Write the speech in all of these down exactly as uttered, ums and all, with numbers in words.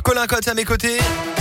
Colin Cotte à mes côtés.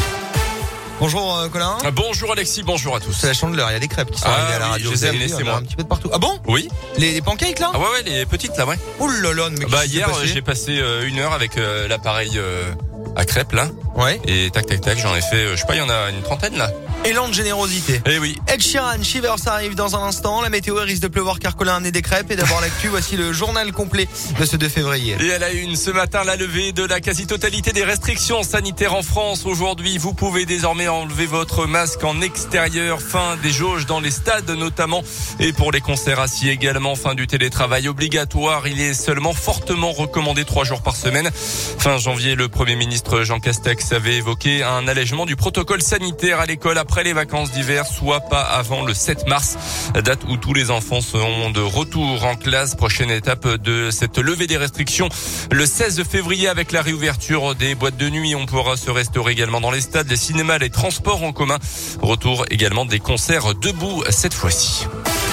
Bonjour euh, Colin. Bonjour Alexis, bonjour à tous. C'est la chandeleur, il y a des crêpes qui sont ah, arrivées à la oui, radio. Je les ai amenées, c'est moi. Un petit peu de partout. Ah bon? Oui. Les, les pancakes là? Ah ouais, ouais, les petites là, ouais. Oh là là, mais bah hier passé j'ai passé euh, une heure avec euh, l'appareil euh, à crêpes là. Ouais. Et tac tac tac, j'en ai fait, euh, je sais pas, il y en a une trentaine là. Élan de générosité. Eh oui. Ed Sheeran, Shivers arrive dans un instant. La météo risque de pleuvoir car Colin a né des crêpes. Et d'abord l'actu, voici le journal complet de ce deux février. Et à la une, ce matin, la levée de la quasi-totalité des restrictions sanitaires en France. Aujourd'hui, vous pouvez désormais enlever votre masque en extérieur. Fin des jauges dans les stades notamment. Et pour les concerts assis également, fin du télétravail obligatoire. Il est seulement fortement recommandé trois jours par semaine. Fin janvier, le Premier ministre Jean Castex avait évoqué un allègement du protocole sanitaire à l'école après les vacances d'hiver, soit pas avant le sept mars, date où tous les enfants seront de retour en classe. Prochaine étape de cette levée des restrictions, le seize février avec la réouverture des boîtes de nuit. On pourra se restaurer également dans les stades, les cinémas, les transports en commun. Retour également des concerts debout cette fois-ci.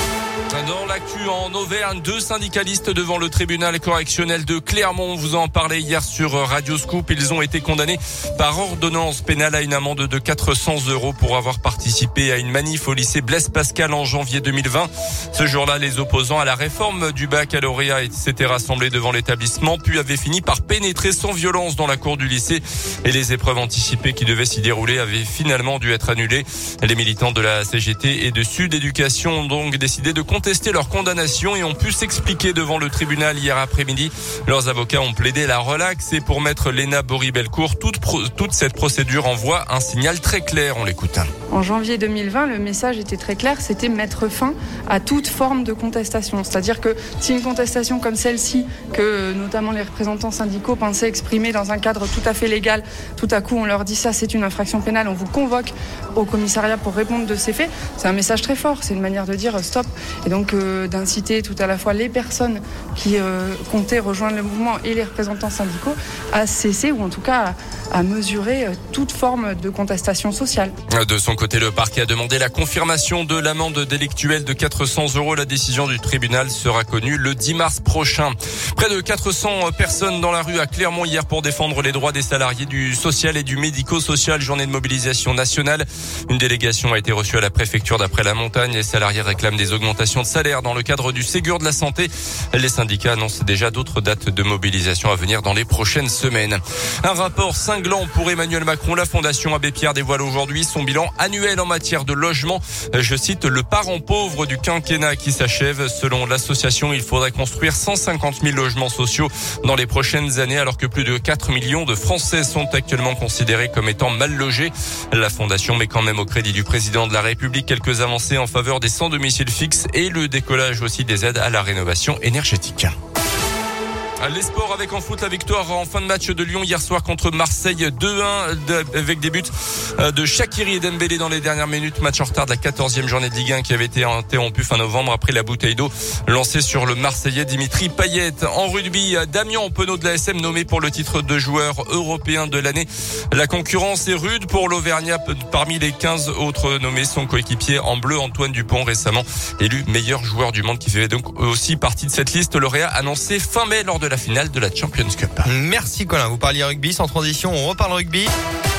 Dans l'actu en Auvergne, deux syndicalistes devant le tribunal correctionnel de Clermont. Vous en parlez hier sur Radio Scoop. Ils ont été condamnés par ordonnance pénale à une amende de quatre cents euros pour avoir participé à une manif au lycée Blaise Pascal en janvier deux mille vingt. Ce jour-là, les opposants à la réforme du baccalauréat s'étaient rassemblés devant l'établissement, puis avaient fini par pénétrer sans violence dans la cour du lycée. Et les épreuves anticipées qui devaient s'y dérouler avaient finalement dû être annulées. Les militants de la C G T et de Sud Éducation ont donc décidé de contester leur condamnation et ont pu s'expliquer devant le tribunal hier après-midi. Leurs avocats ont plaidé la relaxe et pour maître Léna Bory-Belcourt, toute, pro- toute cette procédure envoie un signal très clair. On l'écoute. En janvier deux mille vingt, le message était très clair, c'était mettre fin à toute forme de contestation. C'est-à-dire que si une contestation comme celle-ci, que notamment les représentants syndicaux pensaient exprimer dans un cadre tout à fait légal, tout à coup on leur dit ça c'est une infraction pénale, on vous convoque au commissariat pour répondre de ces faits, c'est un message très fort, c'est une manière de dire stop. Et donc euh, d'inciter tout à la fois les personnes qui euh, comptaient rejoindre le mouvement et les représentants syndicaux à cesser ou en tout cas à, à mesurer euh, toute forme de contestation sociale. De son côté, le parquet a demandé la confirmation de l'amende délictuelle de quatre cents euros. La décision du tribunal sera connue le dix mars prochain. Près de quatre cents personnes dans la rue à Clermont hier pour défendre les droits des salariés du social et du médico-social. Journée de mobilisation nationale. Une délégation a été reçue à la préfecture d'après la montagne. Les salariés réclament des augmentations de salaire dans le cadre du Ségur de la santé. Les syndicats annoncent déjà d'autres dates de mobilisation à venir dans les prochaines semaines. Un rapport cinglant pour Emmanuel Macron. La Fondation Abbé Pierre dévoile aujourd'hui son bilan annuel en matière de logement. Je cite le parent pauvre du quinquennat qui s'achève. Selon l'association, il faudrait construire cent cinquante mille logements sociaux dans les prochaines années alors que plus de quatre millions de Français sont actuellement considérés comme étant mal logés. La Fondation met quand même au crédit du président de la République quelques avancées en faveur des sans domicile fixe et le décollage aussi des aides à la rénovation énergétique. Les sports avec en foot la victoire en fin de match de Lyon hier soir contre Marseille deux un avec des buts de Shaqiri et Dembélé dans les dernières minutes. Match en retard de la quatorzième journée de Ligue un qui avait été interrompu fin novembre après la bouteille d'eau lancée sur le Marseillais Dimitri Payet. En rugby, Damien Penaud de la S M nommé pour le titre de joueur européen de l'année. La concurrence est rude pour l'Auvergnat. Parmi les quinze autres nommés, son coéquipier en bleu Antoine Dupont récemment élu meilleur joueur du monde qui fait donc aussi partie de cette liste. Lauréat annoncé fin mai lors de la finale de la Champions Cup. Merci Colin, vous parliez rugby, sans transition, on reparle rugby.